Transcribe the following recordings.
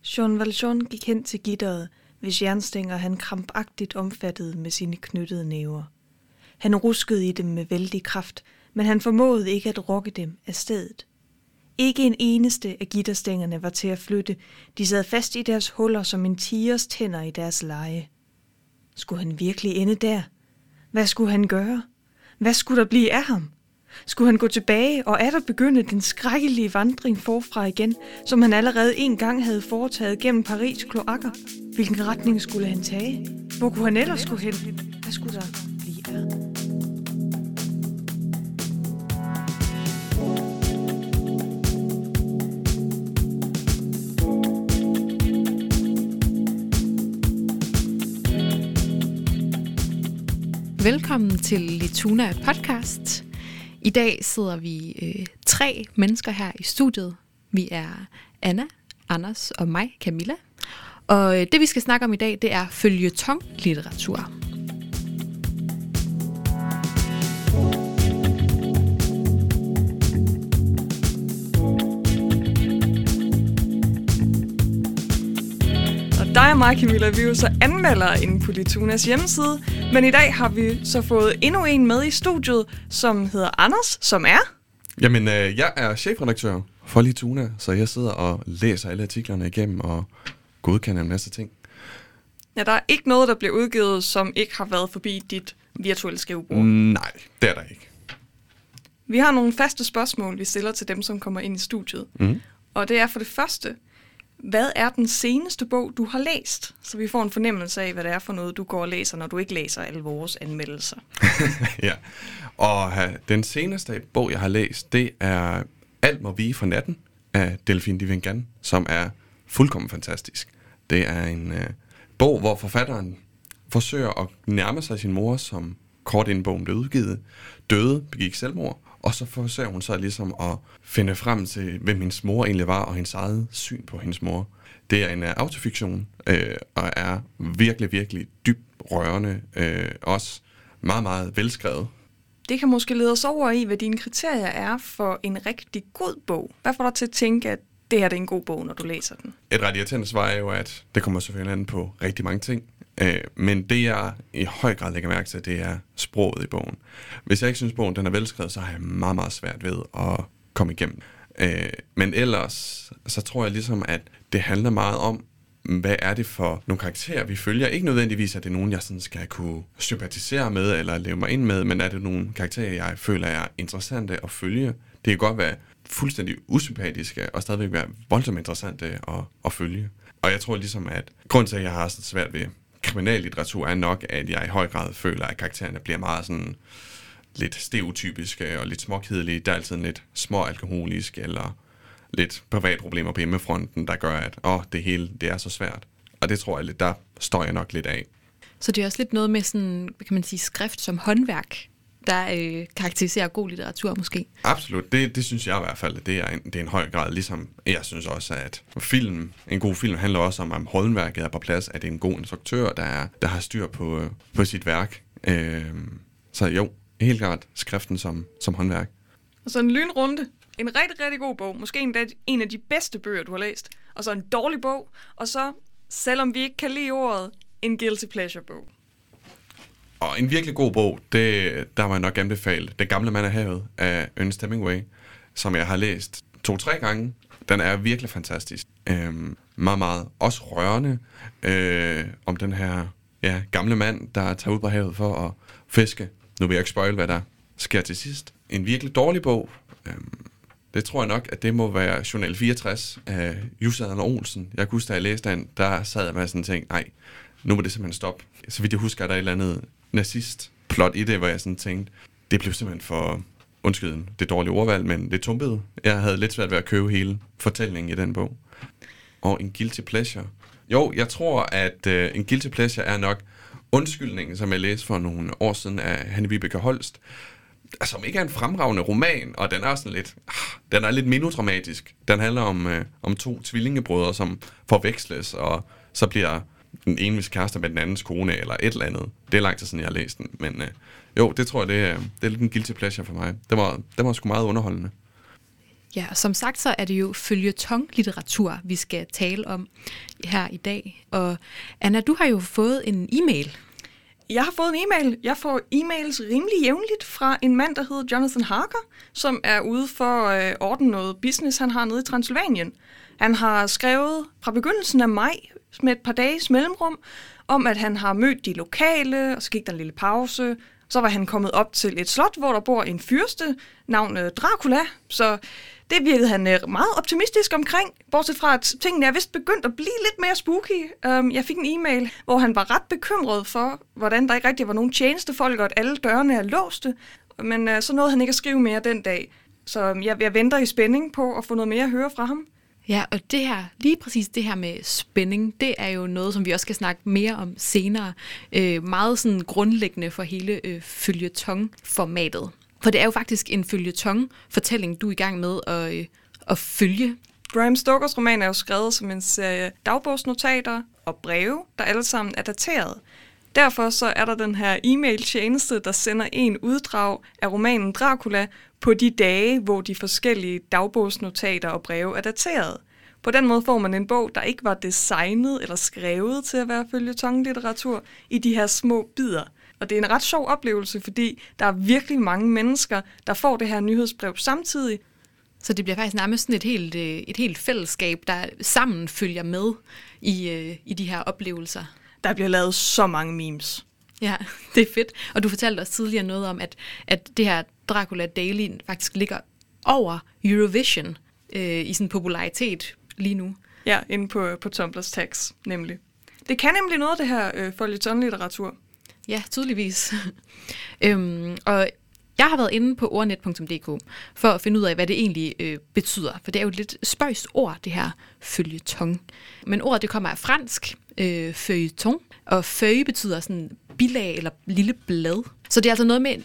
Jean Valjean gik hen til gitteret, hvis jernstænger han krampagtigt omfattede med sine knyttede næver. Han ruskede i dem med vældig kraft, men han formåede ikke at rokke dem af stedet. Ikke en eneste af gitterstængerne var til at flytte. De sad fast i deres huller som en tigers tænder i deres leje. Skulle han virkelig ende der? Hvad skulle han gøre? Hvad skulle der blive af ham? Skulle han gå tilbage og atter begynde den skrækkelige vandring forfra igen, som han allerede en gang havde foretaget gennem Paris' kloakker? Hvilken retning skulle han tage? Hvor kunne han ellers gå hen? Hvad skulle der blive af? Velkommen til Lituna podcast. I dag sidder vi 3 mennesker her i studiet. Vi er Anna, Anders og mig, Camilla. Og det vi skal snakke om i dag, det er føljetonlitteratur. Dig og mig, Camilla, vi er jo så anmeldere inde på Litunas hjemmeside, men i dag har vi så fået endnu en med i studiet, som hedder Anders, som er... Jamen, jeg er chefredaktør for Lituna, så jeg sidder og læser alle artiklerne igennem og godkender en masse ting. Ja, der er ikke noget, der bliver udgivet, som ikke har været forbi dit virtuelle skrivebord. Nej, det er der ikke. Vi har nogle faste spørgsmål, vi stiller til dem, som kommer ind i studiet. Og det er for det første... Hvad er den seneste bog, du har læst? Så vi får en fornemmelse af, hvad det er for noget, du går og læser, når du ikke læser alle vores anmeldelser. Ja, og den seneste bog, jeg har læst, det er Alt må vige for natten af Delphine de Vigan, som er fuldkommen fantastisk. Det er en bog, hvor forfatteren forsøger at nærme sig sin mor, som kort inden bogen blev udgivet, begik selvmord. Og så forsøger hun så ligesom at finde frem til, hvem hendes mor egentlig var, og hendes eget syn på hendes mor. Det er en autofiktion, og er virkelig, virkelig dybt rørende. Også meget, meget velskrevet. Det kan måske lede os over i, hvad dine kriterier er for en rigtig god bog. Hvad får dig til at tænke, at det her er en god bog, når du læser den? Et ret irriterende svar er jo, at det kommer selvfølgelig an på rigtig mange ting. Men det, jeg i høj grad lægger mærke til, det er sproget i bogen. Hvis jeg ikke synes, bogen den er velskrevet, så har jeg meget, meget svært ved at komme igennem. Men ellers, så tror jeg ligesom, at det handler meget om, hvad er det for nogle karakterer, vi følger. Ikke nødvendigvis, at det er nogen, jeg sådan skal kunne sympatisere med, eller leve mig ind med, men er det nogle karakterer, jeg føler er interessante at følge. Det kan godt være fuldstændig usympatiske, og stadigvæk være voldsomt interessante at følge. Og jeg tror ligesom, at grunden til, at jeg har så svært ved kriminallitteratur, er nok, at jeg i høj grad føler, at karaktererne bliver meget sådan lidt stereotypiske og lidt småkedelige. Der er altid lidt småalkoholisk eller lidt privatproblemer på hjemmefronten, der gør, at det hele det er så svært. Og det tror jeg, der står jeg nok lidt af. Så det er også lidt noget med sådan, kan man sige, skrift som håndværk, der karakteriserer god litteratur måske? Absolut. Det synes jeg i hvert fald. Det er en høj grad. Ligesom jeg synes også, at en god film handler også om håndværket er på plads, at det er en god instruktør, der har styr på sit værk. Så jo, helt klart skriften som håndværk. Og så en lynrunde. En rigtig, rigtig god bog. Måske endda en af de bedste bøger, du har læst. Og så en dårlig bog. Og så, selvom vi ikke kan lide ordet, en guilty pleasure bog. Og en virkelig god bog, der må jeg nok anbefale Den gamle mand af havet af Ernest Hemingway, som jeg har læst 2-3 gange. Den er virkelig fantastisk. Meget, meget også rørende om den her gamle mand, der tager ud på havet for at fiske. Nu vil jeg ikke spoil, hvad der sker til sidst. En virkelig dårlig bog. Det tror jeg nok, at det må være Journal 64 af Jussi Adler Olsen. Jeg kan huske, da jeg læste den, der sad jeg med sådan en ting, nej, nu må det simpelthen stoppe. Så vidt jeg husker, der er et eller andet nazist-plot i det, hvor jeg sådan tænkte, det blev simpelthen for, undskyld, det dårlige ordvalg, men det tumpede. Jeg havde lidt svært ved at købe hele fortællingen i den bog. Og en guilty pleasure. Jo, jeg tror, at en guilty pleasure er nok Undskyldningen, som jeg læste for nogle år siden af Hanne-Vibeke Holst, som ikke er en fremragende roman, og den er sådan lidt, den er lidt melodramatisk. Den handler om 2 tvillingebrødre, som forveksles, og så bliver den ene kæreste med den andens kone, eller et eller andet. Det er lang tid siden, jeg har læst den, men jo, det tror jeg, det er lidt en guilty pleasure for mig. Det var sgu meget underholdende. Ja, og som sagt, så er det jo føljetonglitteratur, vi skal tale om her i dag. Og Anna, du har jo fået en e-mail. Jeg har fået en e-mail. Jeg får e-mails rimelig jævnligt fra en mand, der hedder Jonathan Harker, som er ude for at ordne noget business, han har nede i Transylvanien. Han har skrevet fra begyndelsen af maj med et par dages mellemrum, om at han har mødt de lokale, og så gik der en lille pause. Så var han kommet op til et slot, hvor der bor en fyrste, navnet Dracula, så det virkede han meget optimistisk omkring, bortset fra, at tingene er vist begyndt at blive lidt mere spooky. Jeg fik en e-mail, hvor han var ret bekymret for, hvordan der ikke rigtig var nogen tjenestefolk, og at alle dørene er låste. Men så nåede han ikke at skrive mere den dag. Så jeg venter i spænding på at få noget mere at høre fra ham. Ja, og det her, lige præcis det her med spænding, det er jo noget, som vi også skal snakke mere om senere. Meget sådan grundlæggende for hele føljeton-formatet. For det er jo faktisk en føljeton-fortælling, du er i gang med at følge. Bram Stokers roman er jo skrevet som en serie dagbogsnotater og breve, der alle sammen er dateret. Derfor så er der den her e-mail-tjeneste, der sender en uddrag af romanen Dracula på de dage, hvor de forskellige dagbogsnotater og breve er dateret. På den måde får man en bog, der ikke var designet eller skrevet til at være føljetonlitteratur i de her små bidder. Og det er en ret sjov oplevelse, fordi der er virkelig mange mennesker, der får det her nyhedsbrev samtidig. Så det bliver faktisk nærmest sådan et helt fællesskab, der sammen følger med i de her oplevelser. Der bliver lavet så mange memes. Ja, det er fedt. Og du fortalte os tidligere noget om, at det her Dracula Daily faktisk ligger over Eurovision i sin popularitet lige nu. Ja, inde på Tumblrs tags, nemlig. Det kan nemlig noget, det her føljetonlitteratur. Ja, tydeligvis. Og jeg har været inde på ordnet.dk for at finde ud af, hvad det egentlig betyder. For det er jo et lidt spøjst ord, det her føljeton. Men ordet det kommer af fransk, feuilleton, og feuille betyder sådan bilag eller lille blad. Så det er altså noget med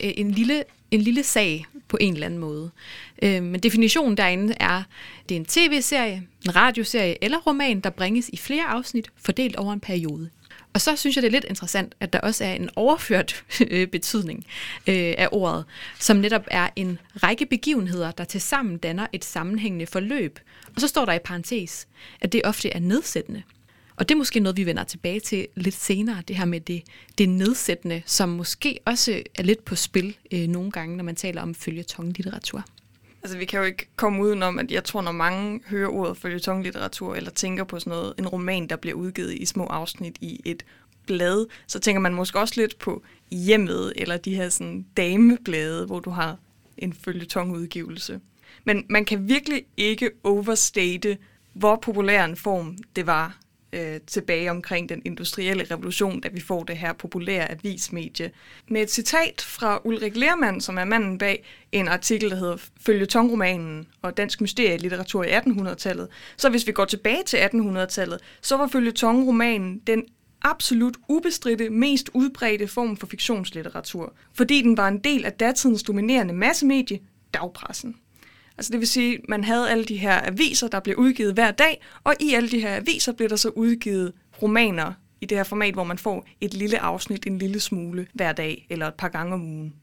en lille sag på en eller anden måde. Men definitionen derinde er, det er en tv-serie, en radioserie eller roman, der bringes i flere afsnit, fordelt over en periode. Og så synes jeg, det er lidt interessant, at der også er en overført betydning af ordet, som netop er en række begivenheder, der tilsammen danner et sammenhængende forløb. Og så står der i parentes, at det ofte er nedsættende. Og det er måske noget, vi vender tilbage til lidt senere, det her med det nedsættende, som måske også er lidt på spil nogle gange, når man taler om føljetonlitteratur. Altså, vi kan jo ikke komme udenom, at jeg tror, når mange hører ordet føljetonlitteratur, eller tænker på sådan noget, en roman, der bliver udgivet i små afsnit i et blad, så tænker man måske også lidt på Hjemmet, eller de her sådan dameblade, hvor du har en føljetonudgivelse. Men man kan virkelig ikke overstate, hvor populær en form det var tilbage omkring den industrielle revolution, da vi får det her populære avismedie. Med et citat fra Ulrik Lermann, som er manden bag en artikel, der hedder Føljetonromanen og dansk mysterielitteratur i 1800-tallet. Så hvis vi går tilbage til 1800-tallet, så var føljetonromanen den absolut ubestridte, mest udbredte form for fiktionslitteratur, fordi den var en del af datidens dominerende massemedie, dagspressen. Altså det vil sige, at man havde alle de her aviser, der blev udgivet hver dag, og i alle de her aviser blev der så udgivet romaner i det her format, hvor man får et lille afsnit, en lille smule hver dag eller et par gange om ugen.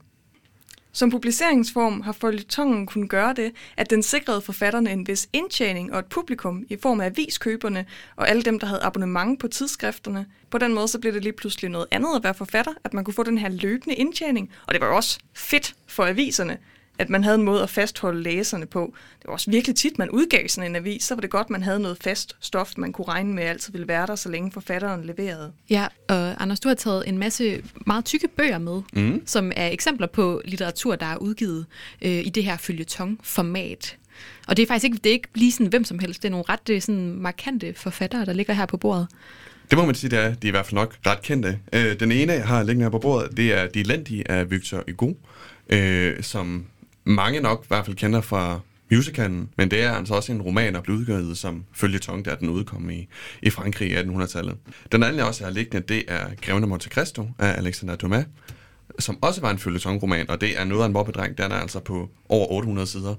Som publiceringsform har føljetongen kunnet gøre det, at den sikrede forfatterne en vis indtjening og et publikum i form af aviskøberne og alle dem, der havde abonnement på tidsskrifterne. På den måde så blev det lige pludselig noget andet at være forfatter, at man kunne få den her løbende indtjening, og det var jo også fedt for aviserne, at man havde en måde at fastholde læserne på. Det var også virkelig tit, man udgav sådan en avis, så var det godt, man havde noget fast stof, man kunne regne med altid ville være der, så længe forfatteren leverede. Ja, og Anders, du har taget en masse meget tykke bøger med, som er eksempler på litteratur, der er udgivet i det her føljeton-format. Og det er faktisk ikke lige sådan hvem som helst, det er nogle ret sådan markante forfattere, der ligger her på bordet. Det må man sige, det er. De er i hvert fald nok ret kendte. Den ene, jeg har liggende her på bordet, det er De Elendige af Victor Hugo, som mange nok i hvert fald kender fra musicalen, men det er altså også en roman, der blev udgivet som føljeton, da den udkom i Frankrig i 1800-tallet. Den anden, jeg også har liggende, det er Greven af Monte Cristo af Alexander Dumas, som også var en føljetonroman, og det er noget af en mobbedreng. Den er altså på over 800 sider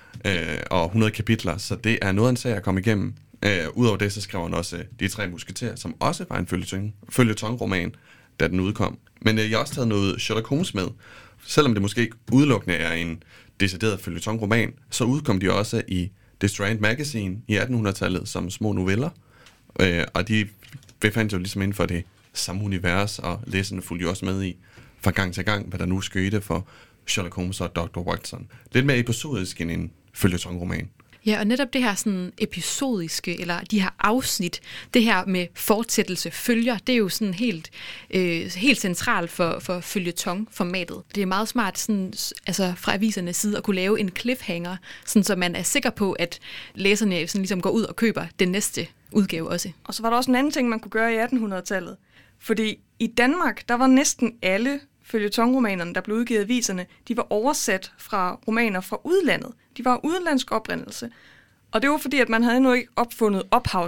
og 100 kapitler, så det er noget af en sag at komme igennem. Udover det, så skrev han også De Tre Musketerer, som også var en føljetonroman, da den udkom. Men jeg har også taget noget Sherlock Holmes med, selvom det måske ikke udelukkende er en decideret føljetonroman, så udkom de også i The Strand Magazine i 1800-tallet som små noveller, og de befandt jo ligesom inden for det samme univers, og læserne fulgte jo også med i fra gang til gang, hvad der nu skete for Sherlock Holmes og Dr. Watson. Lidt mere episodisk end en føljetonroman. Ja, og netop det her sådan episodiske, eller de her afsnit, det her med fortsættelse følger, det er jo sådan helt centralt for føljetonformatet. Det er meget smart sådan, altså fra avisernes side at kunne lave en cliffhanger, sådan, så man er sikker på, at læserne sådan ligesom går ud og køber den næste udgave også. Og så var der også en anden ting, man kunne gøre i 1800-tallet. Fordi i Danmark, der var næsten alle føljetonromanerne, der blev udgivet i aviserne, de var oversat fra romaner fra udlandet. De var udenlandsk oprindelse. Og det var fordi, at man havde endnu ikke opfundet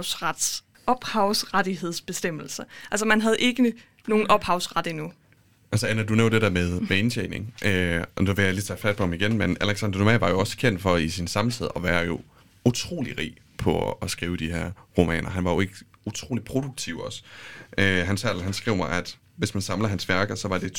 ophavsrettighedsbestemmelser. Altså man havde ikke nogen ophavsret endnu. Altså Anna, du nævnte det der med indtjening, og det vil jeg lige tage fat på ham igen, men Alexander Dumas var jo også kendt for i sin samtid at være jo utrolig rig på at skrive de her romaner. Han var jo ikke utrolig produktiv også. Han skrev mig, at hvis man samler hans værker, så var det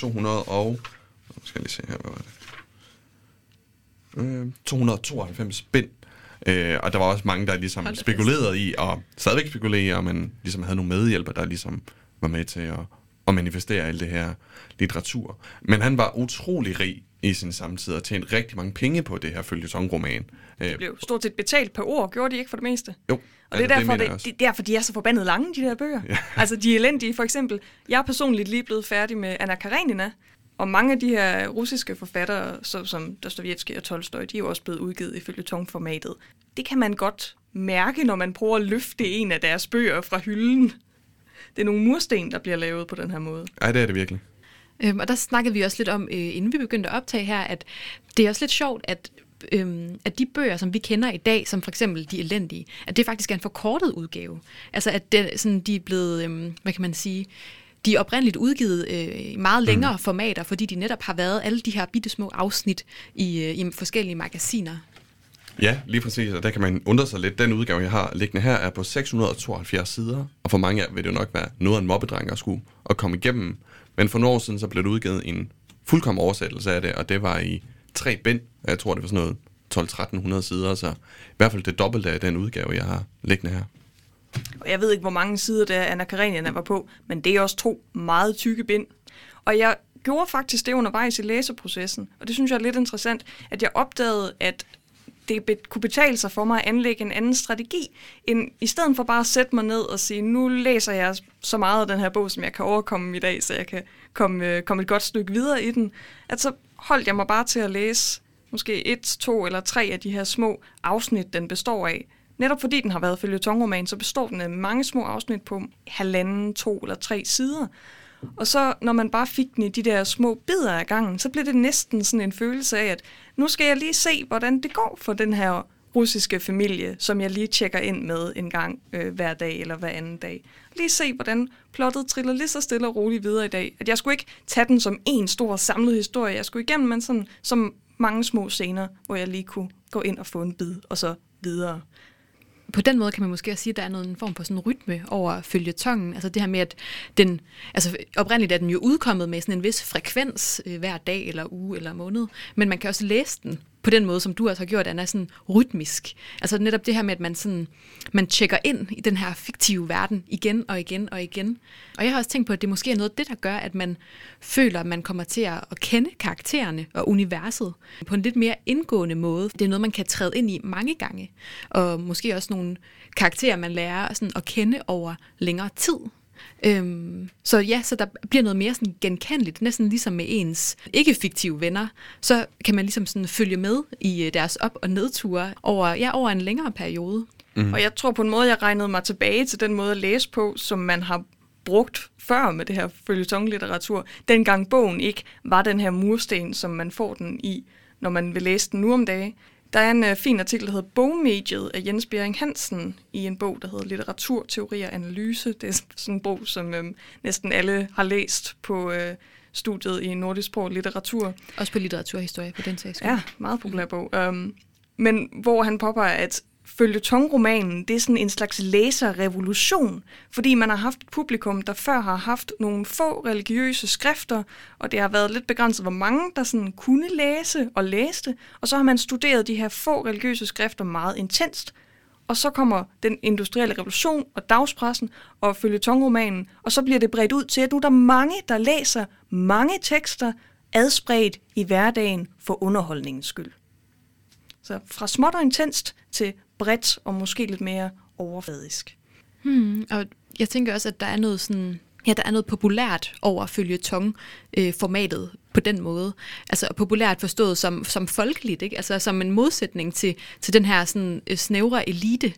292 bind. Og der var også mange, der ligesom spekulerede i, og stadigvæk spekulerer, men ligesom havde nogle medhjælpere, der ligesom var med til at manifestere alt det her litteratur. Men han var utrolig rig i sin samtid og tjente rigtig mange penge på det her føljetonroman. Det blev stort set betalt per ord, gjorde de ikke for det meste? Jo. Og det er derfor, de er så forbandet lange, de der bøger. Ja. Altså, de er elendige. For eksempel, jeg er personligt lige blevet færdig med Anna Karenina, og mange af de her russiske forfattere, som Dostojevskij og Tolstoj, de er jo også blevet udgivet i føljetonformatet. Det kan man godt mærke, når man prøver at løfte en af deres bøger fra hylden. Det er nogle mursten, der bliver lavet på den her måde. Ej, det er det virkelig. Og der snakkede vi også lidt om, inden vi begyndte at optage her, at det er også lidt sjovt, at de bøger, som vi kender i dag, som for eksempel De Elendige, at det faktisk er en forkortet udgave. Altså, at de er blevet, hvad kan man sige, de er oprindeligt udgivet i meget længere formater, fordi de netop har været alle de her bittesmå afsnit i forskellige magasiner. Ja, lige præcis, og der kan man undre sig lidt. Den udgave, jeg har liggende her, er på 672 sider, og for mange af vil det jo nok være noget af en mobbedreng at skulle at komme igennem. Men for nogle år siden, så blev det udgivet en fuldkommen oversættelse af det, og det var i 3 bind. Jeg tror, det var sådan noget 1200-1300 sider, så i hvert fald det dobbelte af den udgave, jeg har liggende her. Og jeg ved ikke, hvor mange sider der Anna Karenina var på, men det er også 2 meget tykke bind. Og jeg gjorde faktisk det undervejs i læseprocessen, og det synes jeg er lidt interessant, at jeg opdagede, at det kunne betale sig for mig at anlægge en anden strategi, end i stedet for bare at sætte mig ned og sige, nu læser jeg så meget af den her bog, som jeg kan overkomme i dag, så jeg kan komme et godt stykke videre i den, at så holdt jeg mig bare til at læse måske 1, 2 eller 3 af de her små afsnit, den består af. Netop fordi den har været føljetonroman, så består den af mange små afsnit på 1,5, 2 eller 3 sider. Og så, når man bare fik den i de der små bidder af gangen, så blev det næsten sådan en følelse af, at nu skal jeg lige se, hvordan det går for den her russiske familie, som jeg lige tjekker ind med en gang hver dag eller hver anden dag. Lige se, hvordan plottet triller lige så stille og roligt videre i dag. At jeg skulle ikke tage den som en stor samlet historie. Jeg skulle igennem men sådan, som mange små scener, hvor jeg lige kunne gå ind og få en bid, og så videre. På den måde kan man måske også sige, at der er en form for sådan en rytme over føljetongen. Altså det her med, at oprindeligt er den jo udkommet med sådan en vis frekvens hver dag eller uge eller måned. Men man kan også læse den på den måde, som du også har gjort, den er sådan rytmisk. Altså netop det her med, at man tjekker ind i den her fiktive verden igen og igen og igen. Og jeg har også tænkt på, at det måske er noget af det, der gør, at man føler, at man kommer til at kende karaktererne og universet på en lidt mere indgående måde. Det er noget, man kan træde ind i mange gange. Og måske også nogle karakterer, man lærer sådan at kende over længere tid. Så der bliver noget mere sådan genkendeligt, næsten ligesom med ens ikke-fiktive venner. Så kan man ligesom sådan følge med i deres op- og nedture over en længere periode. Mm. Og jeg tror på en måde, jeg regnede mig tilbage til den måde at læse på, som man har brugt før med det her føljetonlitteratur. Dengang bogen ikke var den her mursten, som man får den i, når man vil læse den nu om dagen. Der er en fin artikel, der hedder Bogmediet af Jens Bjerring Hansen i en bog, der hedder Litteratur, Teori og Analyse. Det er sådan en bog, som næsten alle har læst på studiet i nordisk sprog og litteratur. Også på litteraturhistorie på den sags. Ja, meget populær bog. Men hvor han påpeger, at føljetonromanen, det er sådan en slags læserrevolution, fordi man har haft et publikum, der før har haft nogle få religiøse skrifter, og det har været lidt begrænset, hvor mange der sådan kunne læse og læste, og så har man studeret de her få religiøse skrifter meget intenst, og så kommer den industrielle revolution og dagspressen og føljetonromanen, og så bliver det bredt ud til, at nu er der mange, der læser mange tekster adspredt i hverdagen for underholdningens skyld. Så fra småt og intenst til bredt og måske lidt mere overfladisk. Og jeg tænker også, at der er noget sådan, ja, der er noget populært over føljeton-formatet på den måde. Altså populært forstået som folkeligt, ikke? Altså som en modsætning til den her sådan snævre elite.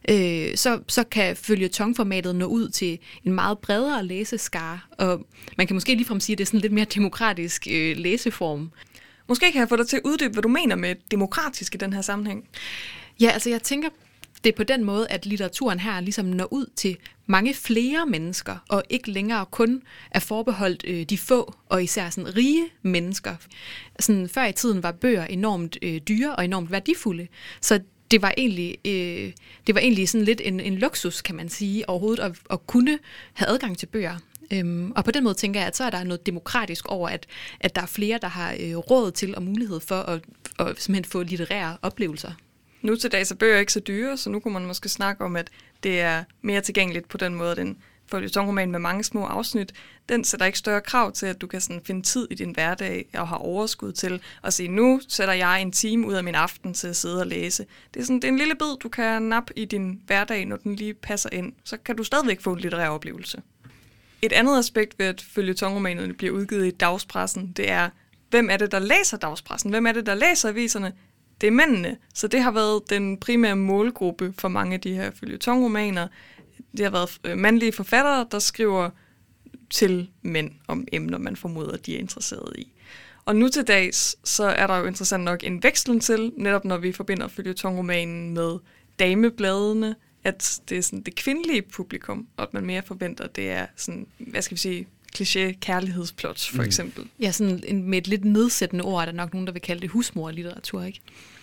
Så kan føljeton-formatet nå ud til en meget bredere læseskare, og man kan måske ligefrem sige, at det er sådan en lidt mere demokratisk læseform. Måske kan jeg få dig til at uddybe, hvad du mener med demokratisk i den her sammenhæng. Ja, altså jeg tænker, det er på den måde, at litteraturen her ligesom når ud til mange flere mennesker, og ikke længere kun er forbeholdt de få, og især sådan rige mennesker. Sådan, før i tiden var bøger enormt dyre og enormt værdifulde, så det var egentlig sådan lidt en luksus, kan man sige, overhovedet at kunne have adgang til bøger. Og på den måde tænker jeg, at så er der noget demokratisk over, at der er flere, der har råd til og mulighed for at simpelthen få litterære oplevelser. Nu til dags er bøger ikke så dyre, så nu kunne man måske snakke om, at det er mere tilgængeligt på den måde, den føljetonroman med mange små afsnit. Den sætter ikke større krav til, at du kan sådan finde tid i din hverdag og have overskud til at sige, nu sætter jeg en time ud af min aften til at sidde og læse. Det er en lille bid, du kan nappe i din hverdag, når den lige passer ind. Så kan du stadigvæk få en litterær oplevelse. Et andet aspekt ved, at føljetonromanerne bliver udgivet i dagspressen, det er, hvem er det, der læser dagspressen? Hvem er det, der læser aviserne? Det er mændene, så det har været den primære målgruppe for mange af de her føljetonromaner. Det har været mandlige forfattere, der skriver til mænd om emner, man formoder, de er interesseret i. Og nu til dags, så er der jo interessant nok en vekslen til, netop når vi forbinder føljetonromanen med damebladene, at det er sådan det kvindelige publikum, og at man mere forventer, at det er sådan, hvad skal vi sige, kliché-kærlighedsplots, for eksempel. Ja, sådan med et lidt nedsættende ord, er der nok nogen, der vil kalde det husmorlitteratur, ikke?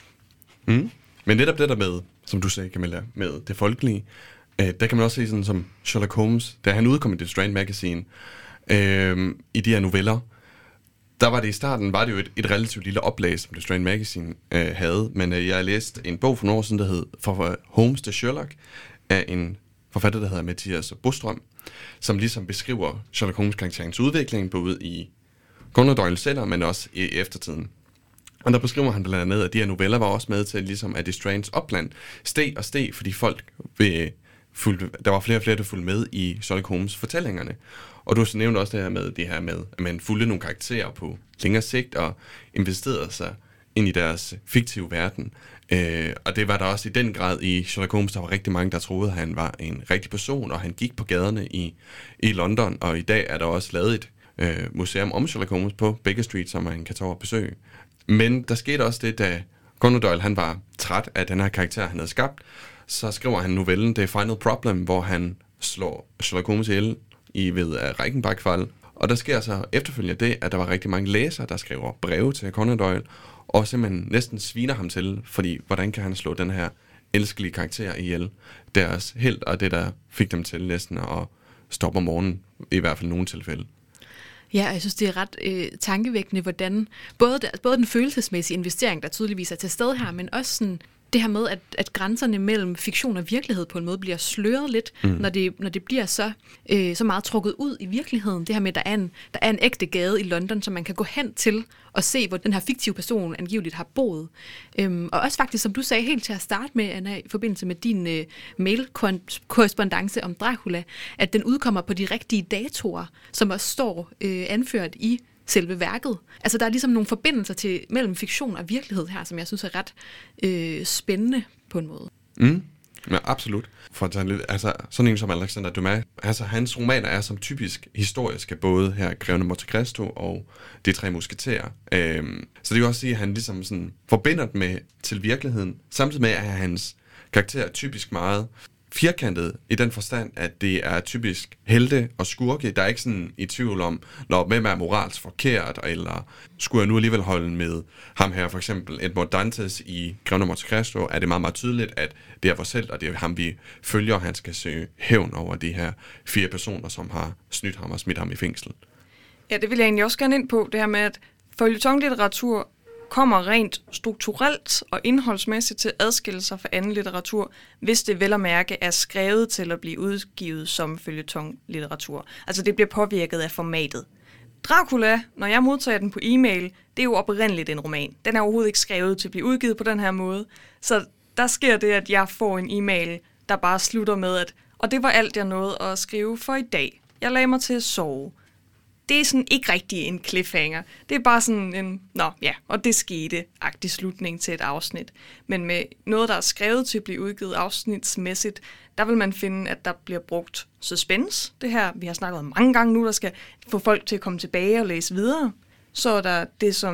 Men netop det der med, som du sagde, Camilla, med det folkelige, der kan man også se sådan som Sherlock Holmes, da han udkom i The Strand Magazine, i de her noveller, der var det i starten, var det jo et relativt lille oplag, som The Strand Magazine havde, men jeg læste en bog for nogle år siden, der hed Fra Holmes til Sherlock, af en forfatter, der hedder Mathias Bostrøm, som ligesom beskriver Sherlock Holmes-karakterens udvikling, både i Conan Doyle selv, men også i eftertiden. Og der beskriver han blandt andet, at de her noveller var også med til, ligesom, at The Strands opland steg, fordi folk der var flere og flere, der fulgte med i Sherlock Holmes fortællingerne. Og du har så nævnt også det her med, at man fulgte nogle karakterer på længere sigt og investerede sig ind i deres fiktive verden. Og det var der også i den grad i Sherlock Holmes. Der var rigtig mange, der troede, at han var en rigtig person, og han gik på gaderne i London. Og i dag er der også lavet et museum om Sherlock Holmes på Baker Street, som man kan tage over og besøge. Men der skete også det, da Conan Doyle han var træt af den her karakter, han havde skabt, så skriver han novellen The Final Problem, hvor han slår Sherlock Holmes ihjel ved Reichenbach-fall. Og der sker så efterfølgende det, at der var rigtig mange læsere, der skriver breve til Conan Doyle, og simpelthen næsten sviner ham til, fordi hvordan kan han slå den her elskelige karakter ihjel? Deres held og det, der fik dem til næsten at stoppe om morgenen, i hvert fald i nogle tilfælde. Ja, jeg synes, det er ret tankevækkende, hvordan både den følelsesmæssige investering, der tydeligvis er til stede her, men også sådan det her med, at grænserne mellem fiktion og virkelighed på en måde bliver sløret lidt, når det bliver så meget trukket ud i virkeligheden. Det her med, at der er en ægte gade i London, som man kan gå hen til og se, hvor den her fiktive person angiveligt har boet. Og også faktisk, som du sagde helt til at starte med, Anna, i forbindelse med din mail-korrespondance om Dracula, at den udkommer på de rigtige datoer, som også står anført i selve værket. Altså, der er ligesom nogle forbindelser mellem fiktion og virkelighed her, som jeg synes er ret spændende på en måde. Ja, absolut. For altså, sådan en som Alexander Dumas, altså hans romaner er som typisk historiske, både her Greven af Monte Cristo og De tre musketerer. Så det vil også sige, at han ligesom sådan forbinder dem til virkeligheden, samtidig med, at hans karakter er typisk meget firkantet i den forstand, at det er typisk helte og skurke. Der er ikke sådan i tvivl om, hvem er moralsk forkert, eller skulle jeg nu alligevel holde med ham her, for eksempel Edmond Dantes i Greven af Monte Cristo, er det meget, meget tydeligt, at det er vores helt, og det er ham, vi følger, og han skal søge hævn over de her 4 personer, som har snydt ham og smidt ham i fængsel. Ja, det vil jeg egentlig også gerne ind på, det her med, at føljetonlitteratur kommer rent strukturelt og indholdsmæssigt til at adskille sig fra anden litteratur, hvis det vel at mærke er skrevet til at blive udgivet som føljetonlitteratur. Altså det bliver påvirket af formatet. Dracula, når jeg modtager den på e-mail, det er jo oprindeligt en roman. Den er overhovedet ikke skrevet til at blive udgivet på den her måde. Så der sker det, at jeg får en e-mail, der bare slutter med, at og det var alt, jeg nåede at skrive for i dag. Jeg lagde mig til at sove. Det er sådan ikke rigtig en cliffhanger. Det er bare sådan en, og det skete-agtig slutning til et afsnit. Men med noget, der er skrevet til at blive udgivet afsnitsmæssigt, der vil man finde, at der bliver brugt suspense. Det her, vi har snakket om mange gange nu, der skal få folk til at komme tilbage og læse videre. Så er der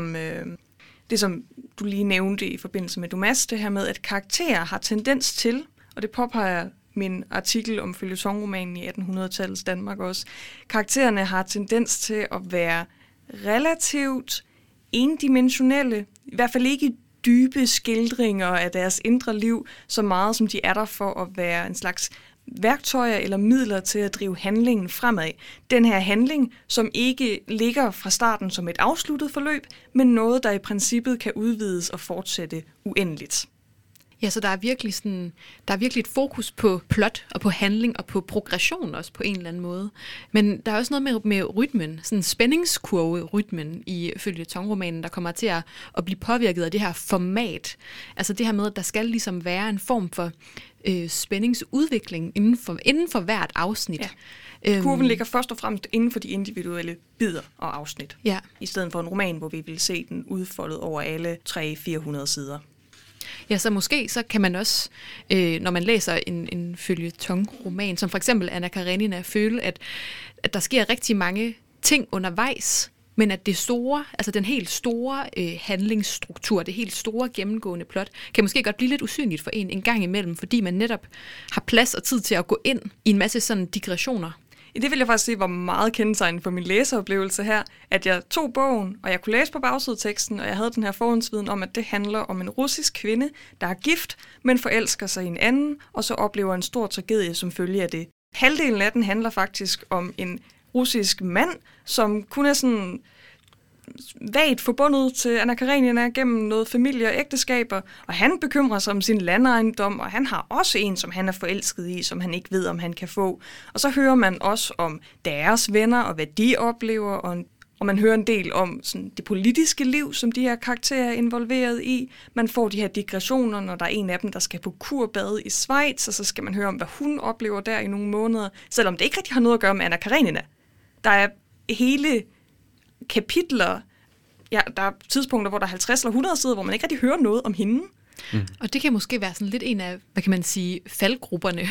det, som du lige nævnte i forbindelse med Dumas, det her med, at karakterer har tendens til, og det påpeger min artikel om føljetonromanen i 1800-tallets Danmark også. Karaktererne har tendens til at være relativt endimensionelle, i hvert fald ikke dybe skildringer af deres indre liv, så meget som de er der for at være en slags værktøjer eller midler til at drive handlingen fremad. Den her handling, som ikke ligger fra starten som et afsluttet forløb, men noget, der i princippet kan udvides og fortsætte uendeligt. Ja, så der er virkelig et fokus på plot og på handling og på progression også på en eller anden måde. Men der er også noget med rytmen, sådan spændingskurve-rytmen i føljetonromanen, der kommer til at blive påvirket af det her format. Altså det her med, at der skal ligesom være en form for spændingsudvikling inden for hvert afsnit. Ja. Kurven ligger først og fremmest inden for de individuelle bidder og afsnit. Ja. I stedet for en roman, hvor vi vil se den udfoldet over alle 300-400 sider. Ja, så måske så kan man også, når man læser en føljetonroman, som for eksempel Anna Karenina, føle, at der sker rigtig mange ting undervejs, men at det store, altså den helt store handlingsstruktur, det helt store gennemgående plot, kan måske godt blive lidt usynligt for en gang imellem, fordi man netop har plads og tid til at gå ind i en masse sådan digressioner. I det vil jeg faktisk sige, var meget kendetegnende for min læseoplevelse her, at jeg tog bogen, og jeg kunne læse på bagsideteksten, og jeg havde den her forhåndsviden om, at det handler om en russisk kvinde, der er gift, men forelsker sig i en anden, og så oplever en stor tragedie som følge af det. Halvdelen af den handler faktisk om en russisk mand, som kun er sådan vagt forbundet til Anna Karenina gennem noget familie og ægteskaber, og han bekymrer sig om sin landejendom, og han har også en, som han er forelsket i, som han ikke ved, om han kan få. Og så hører man også om deres venner, og hvad de oplever, og man hører en del om sådan, det politiske liv, som de her karakterer er involveret i. Man får de her digressioner, når der er en af dem, der skal på kurbade i Schweiz, og så skal man høre om, hvad hun oplever der i nogle måneder, selvom det ikke rigtig har noget at gøre med Anna Karenina. Der er hele kapitler, ja, der er tidspunkter, hvor der er 50 eller 100 sider, hvor man ikke rigtig hører noget om hende. Og det kan måske være sådan lidt en af, hvad kan man sige, faldgrupperne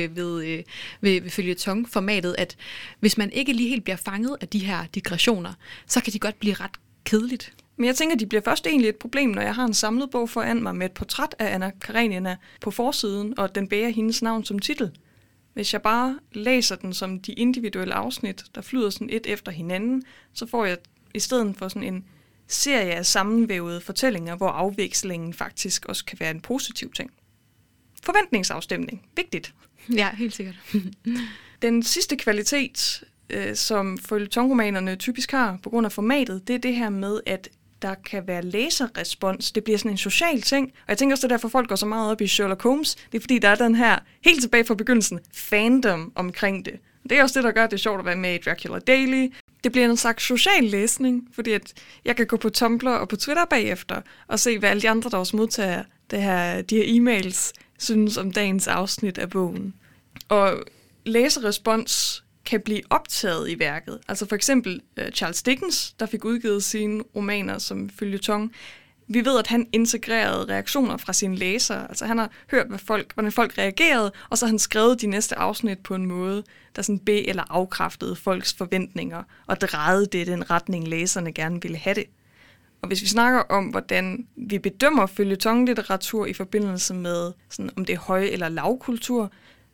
ved føljetonformatet, at hvis man ikke lige helt bliver fanget af de her digressioner, så kan de godt blive ret kedeligt. Men jeg tænker, de bliver først egentlig et problem, når jeg har en samlet bog foran mig med et portræt af Anna Karenina på forsiden, og den bærer hendes navn som titel. Hvis jeg bare læser den som de individuelle afsnit, der flyder sådan et efter hinanden, så får jeg i stedet for sådan en serie af sammenvævede fortællinger, hvor afvekslingen faktisk også kan være en positiv ting. Forventningsafstemning. Vigtigt. Ja, helt sikkert. Den sidste kvalitet, som føljetonromanerne typisk har på grund af formatet, det er det her med, at der kan være læserrespons. Det bliver sådan en social ting. Og jeg tænker også, det er derfor folk går så meget op i Sherlock Holmes. Det er fordi, der er den her, helt tilbage fra begyndelsen, fandom omkring det. Det er også det, der gør det sjovt at være med i Dracula Daily. Det bliver en slags social læsning, fordi at jeg kan gå på Tumblr og på Twitter bagefter og se, hvad alle de andre, der også modtager de her e-mails, synes om dagens afsnit af bogen. Og læserrespons kan blive optaget i værket. Altså for eksempel Charles Dickens, der fik udgivet sine romaner som føljeton. Vi ved, at han integrerede reaktioner fra sine læsere. Altså han har hørt, hvordan folk reagerede, og så har han skrevet de næste afsnit på en måde, der sådan eller afkræftede folks forventninger, og drejede det i den retning, læserne gerne ville have det. Og hvis vi snakker om, hvordan vi bedømmer føljetonlitteratur i forbindelse med, sådan, om det er høj- eller lavkultur,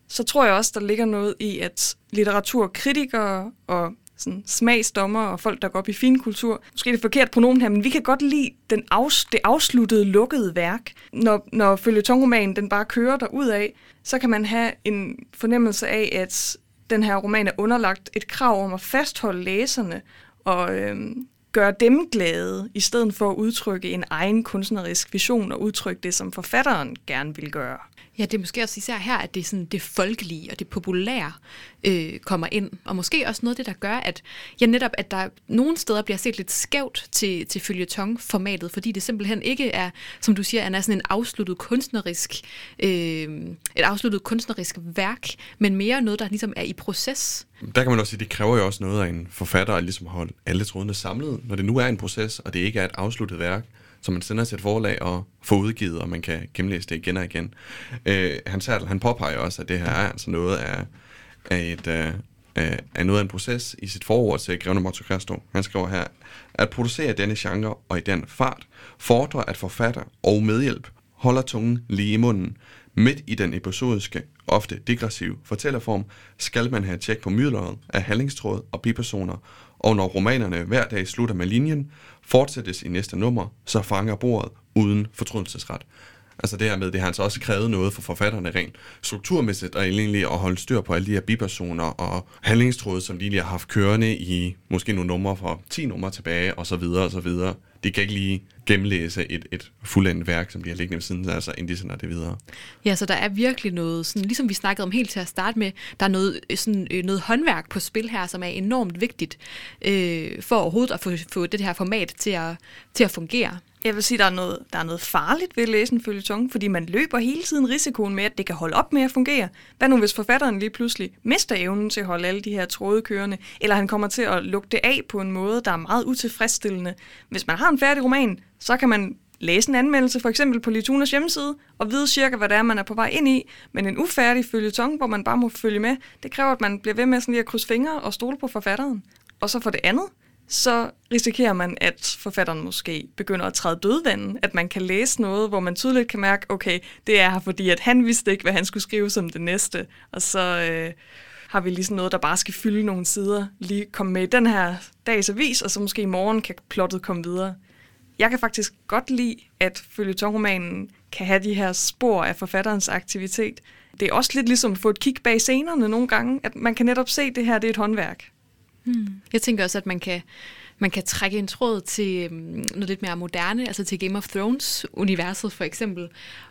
så tror jeg også, der ligger noget i, at litteraturkritikere og sådan smagsdommer og folk, der går op i finkultur, måske er det forkert pronomen her, men vi kan godt lide det afsluttede, lukkede værk. Når føljetonromanen den bare kører derudad, så kan man have en fornemmelse af, at den her roman er underlagt et krav om at fastholde læserne og gøre dem glade, i stedet for at udtrykke en egen kunstnerisk vision og udtrykke det, som forfatteren gerne vil gøre. Ja, det er måske også især her, at det, er sådan, det folkelige og det populære kommer ind. Og måske også noget af det, der gør, at netop at der nogle steder bliver set lidt skævt til føljetonformatet, fordi det simpelthen ikke er, som du siger, Anna, sådan et afsluttet kunstnerisk værk, men mere noget, der ligesom er i proces. Der kan man også sige, det kræver jo også noget af en forfatter at ligesom holde alle trådene samlet, når det nu er en proces, og det ikke er et afsluttet værk, som man sender til et forlag og får udgivet, og man kan gennemlæse det igen og igen. Hans Hertel, han påpeger også, at det her er altså noget af en proces i sit forord til Greven af Monte Cristo. Han skriver her, at producere denne genre og i den fart fordrer, at forfatter og medhjælp holder tungen lige i munden. Midt i den episodiske, ofte degressive fortællerform, skal man have tjek på mylderet af handlingstråd og bipersoner, og når romanerne hver dag slutter med linjen, fortsættes i næste nummer, så fanger bordet uden fortrydelsesret. Altså det her med, det har altså også krævet noget for forfatterne rent strukturmæssigt, og egentlig at holde styr på alle de her bipersoner og handlingstråd, som de lige har haft kørende i måske nogle numre fra 10 numre tilbage, og så videre og så videre. De kan ikke lige gennemlæse et fuldendt værk, som de har liggende ved siden, altså inden de sender det videre. Ja, så der er virkelig noget, sådan, ligesom vi snakkede om helt til at starte med, der er noget håndværk på spil her, som er enormt vigtigt for overhovedet at få det her format til at fungere. Jeg vil sige, der er noget farligt ved at læse en føljeton, fordi man løber hele tiden risikoen med, at det kan holde op med at fungere. Hvad nu, hvis forfatteren lige pludselig mister evnen til at holde alle de her tråde kørende, eller han kommer til at lukke det af på en måde, der er meget utilfredsstillende. Hvis man har en færdig roman, så kan man læse en anmeldelse, for eksempel på Litunas hjemmeside, og vide cirka, hvad det er, man er på vej ind i. Men en ufærdig føljeton, hvor man bare må følge med, det kræver, at man bliver ved med sådan lige at krydse fingre og stole på forfatteren. Og så for det andet, så risikerer man, at forfatteren måske begynder at træde dødvanden, at man kan læse noget, hvor man tydeligt kan mærke, okay, det er her, fordi at han vidste ikke, hvad han skulle skrive som det næste, og så har vi ligesom noget, der bare skal fylde nogle sider, lige komme med i den her dags avis, og så måske i morgen kan plottet komme videre. Jeg kan faktisk godt lide, at føljetonromanen kan have de her spor af forfatterens aktivitet. Det er også lidt ligesom at få et kig bag scenerne nogle gange, at man kan netop se, at det her det er et håndværk. Jeg tænker også, at man kan trække en tråd til noget lidt mere moderne, altså til Game of Thrones-universet for eksempel,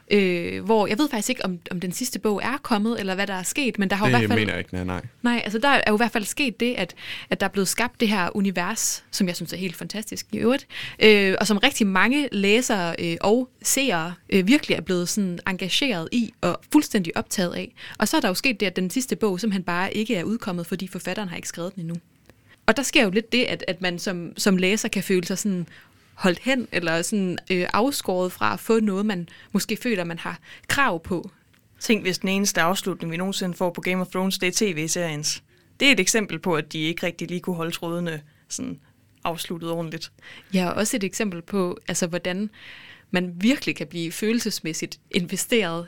hvor jeg ved faktisk ikke, om den sidste bog er kommet, eller hvad der er sket, men der har det i hvert fald... mener jeg ikke, nej. Nej, altså der er jo i hvert fald sket det, at der er blevet skabt det her univers, som jeg synes er helt fantastisk i øvrigt, og som rigtig mange læsere og seere virkelig er blevet sådan engageret i og fuldstændig optaget af. Og så er der jo sket det, at den sidste bog simpelthen bare ikke er udkommet, fordi forfatteren har ikke skrevet den endnu. Og der sker jo lidt det, at man som læser kan føle sig sådan holdt hen, eller sådan afskåret fra at få noget, man måske føler, man har krav på. Tænk, hvis den eneste afslutning, vi nogensinde får på Game of Thrones, det er tv-seriens. Det er et eksempel på, at de ikke rigtig lige kunne holde trådene sådan afsluttet ordentligt. Ja, og også et eksempel på, altså hvordan man virkelig kan blive følelsesmæssigt investeret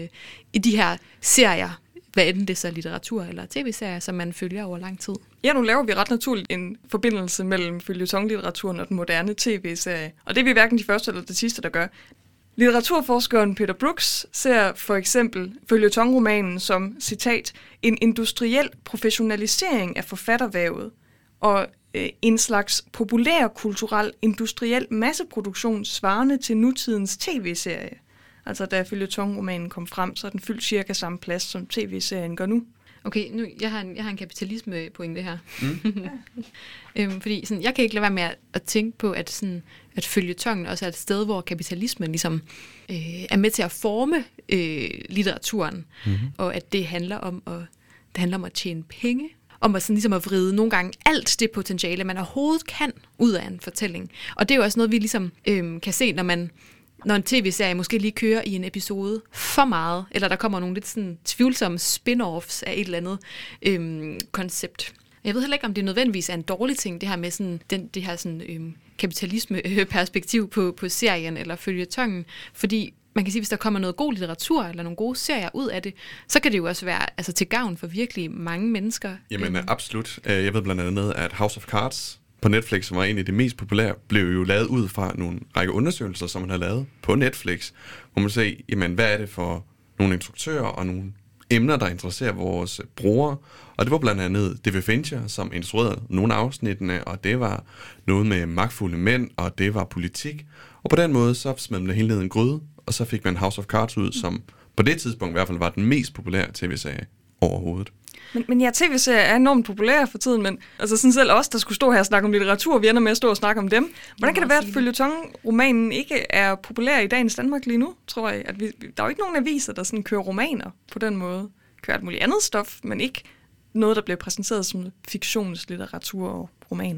i de her serier, hvad enten det så er litteratur eller tv-serier, som man følger over lang tid. Ja, nu laver vi ret naturligt en forbindelse mellem føljetonlitteraturen og den moderne tv-serie. Og det er vi hverken de første eller de sidste, der gør. Litteraturforskeren Peter Brooks ser for eksempel føljetonromanen som, citat, en industriel professionalisering af forfattervævet og en slags populærkulturel industriel masseproduktion svarende til nutidens tv-serie. Altså da føljetonromanen kom frem, så er den fyldt cirka samme plads, som tv-serien gør nu. Okay, nu jeg har en kapitalismepointe her. Fordi sådan, jeg kan ikke lade være med at tænke på, at føljetongen også er et sted, hvor kapitalismen ligesom er med til at forme litteraturen, og at det handler om at tjene penge, om at, sådan, ligesom at vride nogle gange alt det potentiale, man overhovedet kan ud af en fortælling. Og det er jo også noget, vi ligesom kan se, når en tv-serie måske lige kører i en episode for meget, eller der kommer nogle lidt sådan tvivlsomme spin-offs af et eller andet koncept. Jeg ved heller ikke, om det nødvendigvis er en dårlig ting, det her med sådan, det her sådan, kapitalisme-perspektiv på serien eller føljetongen, fordi man kan sige, hvis der kommer noget god litteratur eller nogle gode serier ud af det, så kan det jo også være altså, til gavn for virkelig mange mennesker. Jamen absolut. Jeg ved blandt andet, at House of Cards på Netflix, som var en af de mest populære, blev jo lavet ud fra nogle række undersøgelser, som man har lavet på Netflix, hvor man ser, jamen, hvad er det for nogle instruktører og nogle emner, der interesserer vores brugere. Og det var blandt andet David Fincher, som instruerede nogle af afsnittene, og det var noget med magtfulde mænd, og det var politik. Og på den måde, så smed man det hele ned i en gryde, og så fik man House of Cards ud, som på det tidspunkt i hvert fald var den mest populære tv-serie overhovedet. Men ja, tv-serier er enormt populære for tiden, men altså sådan selv os, der skulle stå her og snakke om litteratur, vi ender med at stå og snakke om dem. Hvordan kan det være, at føljeton-romanen ikke er populær i dagens Danmark lige nu, tror jeg? At der er jo ikke nogen aviser, der sådan kører romaner på den måde. Kører alt muligt andet stof, men ikke noget, der bliver præsenteret som fiktionslitteratur og romaner.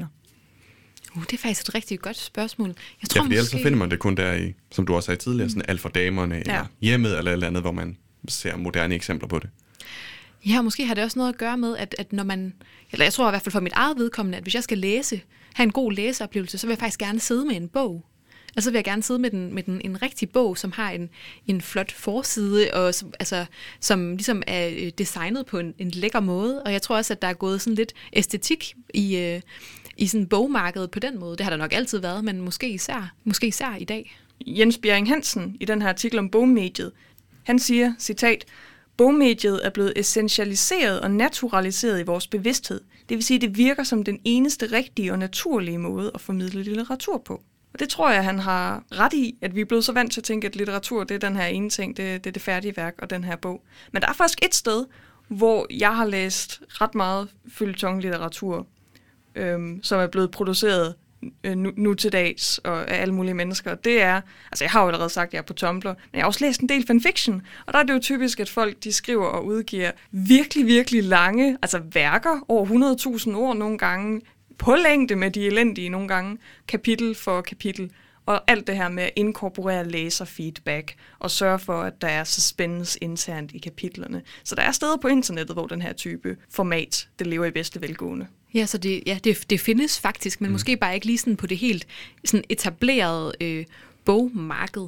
Det er faktisk et rigtig godt spørgsmål. Jeg tror, fordi ellers så finder man det kun der i, som du også sagde tidligere, sådan Alt for damerne, eller Hjemmet, eller et eller andet, hvor man ser moderne eksempler på det. Ja, måske har det også noget at gøre med, at når man, eller jeg tror i hvert fald for mit eget vedkommende, at hvis jeg skal have en god læseoplevelse, så vil jeg faktisk gerne sidde med en bog. Og så vil jeg gerne sidde med en rigtig bog, som har en flot forside, og som ligesom er designet på en lækker måde. Og jeg tror også, at der er gået sådan lidt æstetik i sådan bogmarkedet på den måde. Det har der nok altid været, men måske især i dag. Jens Bjerring Hansen i den her artikel om bogmediet, han siger, citat, bogmediet er blevet essentialiseret og naturaliseret i vores bevidsthed. Det vil sige, at det virker som den eneste rigtige og naturlige måde at formidle litteratur på. Og det tror jeg, han har ret i, at vi er blevet så vant til at tænke, at litteratur det er den her ene ting, det er det færdige værk og den her bog. Men der er faktisk et sted, hvor jeg har læst ret meget føljetonlitteratur, som er blevet produceret nu til dags og af alle mulige mennesker. Det er, altså jeg har jo allerede sagt, at jeg er på Tumblr, men jeg har også læst en del fanfiction, og der er det jo typisk, at folk de skriver og udgiver virkelig, virkelig lange, altså værker over 100.000 ord nogle gange, på længde med de elendige nogle gange, kapitel for kapitel, og alt det her med at inkorporere læserfeedback og sørge for, at der er suspense internt i kapitlerne. Så der er steder på internettet, hvor den her type format, det lever i bedste velgående. Ja, så det findes faktisk, men måske bare ikke lige sådan på det helt sådan etablerede bogmarked.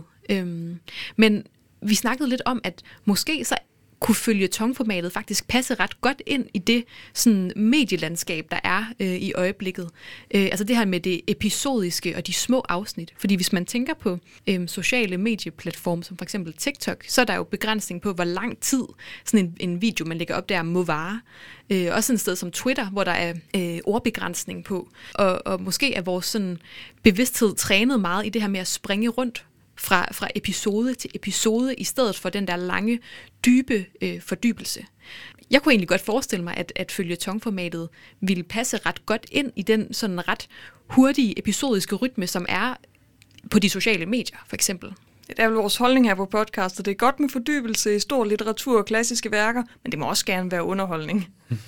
Men vi snakkede lidt om, at måske så kunne føljetonformatet faktisk passe ret godt ind i det sådan medielandskab, der er i øjeblikket. Altså det her med det episodiske og de små afsnit. Fordi hvis man tænker på sociale medieplatforme, som for eksempel TikTok, så er der jo begrænsning på, hvor lang tid sådan en video, man lægger op der, må vare. Også et sted som Twitter, hvor der er ordbegrænsning på. Og måske er vores sådan bevidsthed trænet meget i det her med at springe rundt fra episode til episode, i stedet for den der lange, dybe fordybelse. Jeg kunne egentlig godt forestille mig, at føljetonformatet ville passe ret godt ind i den sådan ret hurtige, episodiske rytme, som er på de sociale medier, for eksempel. Det er vel vores holdning her på podcastet. Det er godt med fordybelse i stor litteratur og klassiske værker, men det må også gerne være underholdning.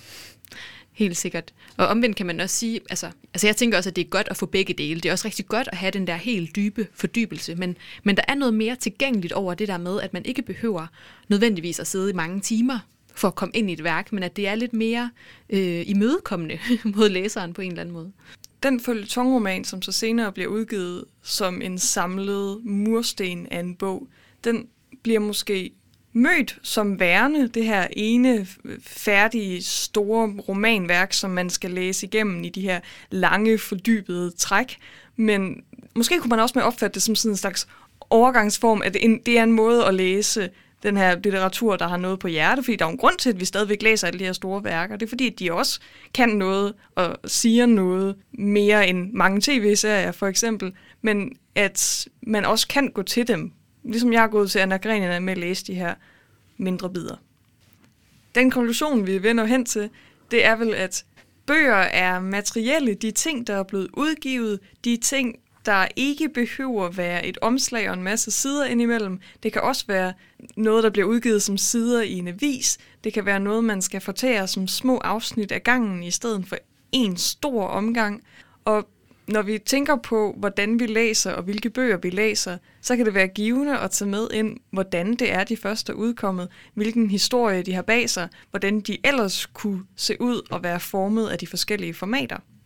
Helt sikkert. Og omvendt kan man også sige, altså jeg tænker også, at det er godt at få begge dele. Det er også rigtig godt at have den der helt dybe fordybelse, men der er noget mere tilgængeligt over det der med, at man ikke behøver nødvendigvis at sidde i mange timer for at komme ind i et værk, men at det er lidt mere imødekommende mod læseren på en eller anden måde. Den føljetonroman, som så senere bliver udgivet som en samlet mursten af en bog, den bliver måske mødt som værende det her ene færdige store romanværk, som man skal læse igennem i de her lange, fordybede træk. Men måske kunne man også med opfatte det som sådan en slags overgangsform, at det er en måde at læse den her litteratur, der har noget på hjerte, fordi der er en grund til, at vi stadigvæk læser alle de her store værker. Det er fordi, at de også kan noget og siger noget mere end mange tv-serier, for eksempel, men at man også kan gå til dem. Ligesom jeg har gået til Anna Karenina med at læse de her mindre bidder. Den konklusion, vi vender hen til, det er vel, at bøger er materielle, de ting, der er blevet udgivet, de ting, der ikke behøver at være et omslag og en masse sider indimellem. Det kan også være noget, der bliver udgivet som sider i en avis. Det kan være noget, man skal fortære som små afsnit af gangen, i stedet for en stor omgang. Og når vi tænker på, hvordan vi læser og hvilke bøger vi læser, så kan det være givende at tage med ind, hvordan det er, de først er udkommet, hvilken historie de har bag sig, hvordan de ellers kunne se ud og være formet af de forskellige formater.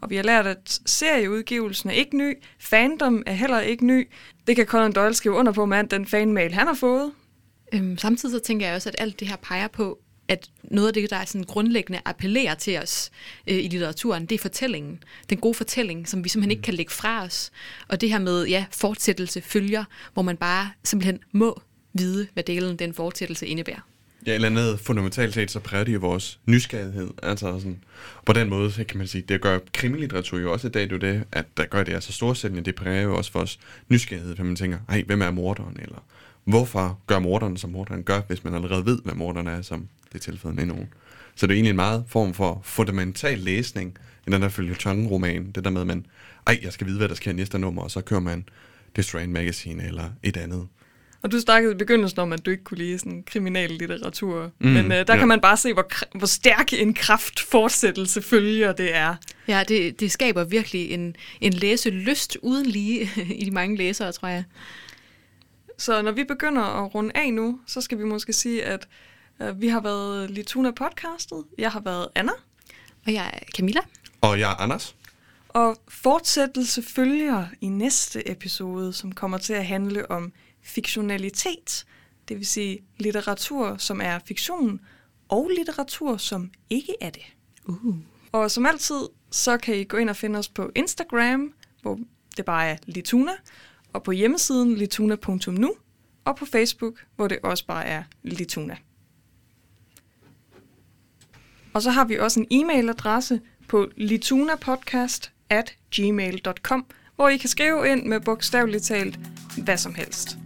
Og vi har lært, at serieudgivelsen er ikke ny, fandom er heller ikke ny. Det kan Conan Doyle skrive under på med den fanmail, han har fået. Samtidig så tænker jeg også, at alt det her peger på, at noget af det, der er sådan grundlæggende appellerer til os i litteraturen, det er fortællingen. Den gode fortælling, som vi simpelthen ikke kan lægge fra os. Og det her med, fortsættelse følger, hvor man bare simpelthen må vide, hvad delen den fortsættelse indebærer. Ja, eller andet fundamentalt set, så præger det jo vores nysgerrighed. Altså sådan, på den måde, så kan man sige, det gør krimilitteratur jo også i dag, det at der gør det altså storsættende, det præger jo også vores nysgerrighed, for man tænker, hvem er morderen, eller hvorfor gør morderen, som morderen gør, hvis man allerede ved, hvad morderen er, som det er tilfældet med nogen. Så det er egentlig en meget form for fundamental læsning i den der føljeton-roman, det der med, at man, jeg skal vide, hvad der sker i næste nummer, og så kører man The Strand Magazine eller et andet. Og du snakkede i begyndelsen om, at du ikke kunne lide sådan kriminallitteratur. Men der kan man bare se, hvor stærk en kraftfortsættelse følger det er. Ja, det skaber virkelig en læselyst uden lige i de mange læsere, tror jeg. Så når vi begynder at runde af nu, så skal vi måske sige, at vi har været Lituna podcastet. Jeg har været Anna. Og jeg er Camilla. Og jeg er Anders. Og fortsættelse følger i næste episode, som kommer til at handle om fiktionalitet, det vil sige litteratur, som er fiktion, og litteratur, som ikke er det. Og som altid, så kan I gå ind og finde os på Instagram, hvor det bare er Lituna, og på hjemmesiden lituna.nu, og på Facebook, hvor det også bare er Lituna. Og så har vi også en e-mailadresse på litunapodcast@gmail.com, hvor I kan skrive ind med bogstaveligt talt hvad som helst.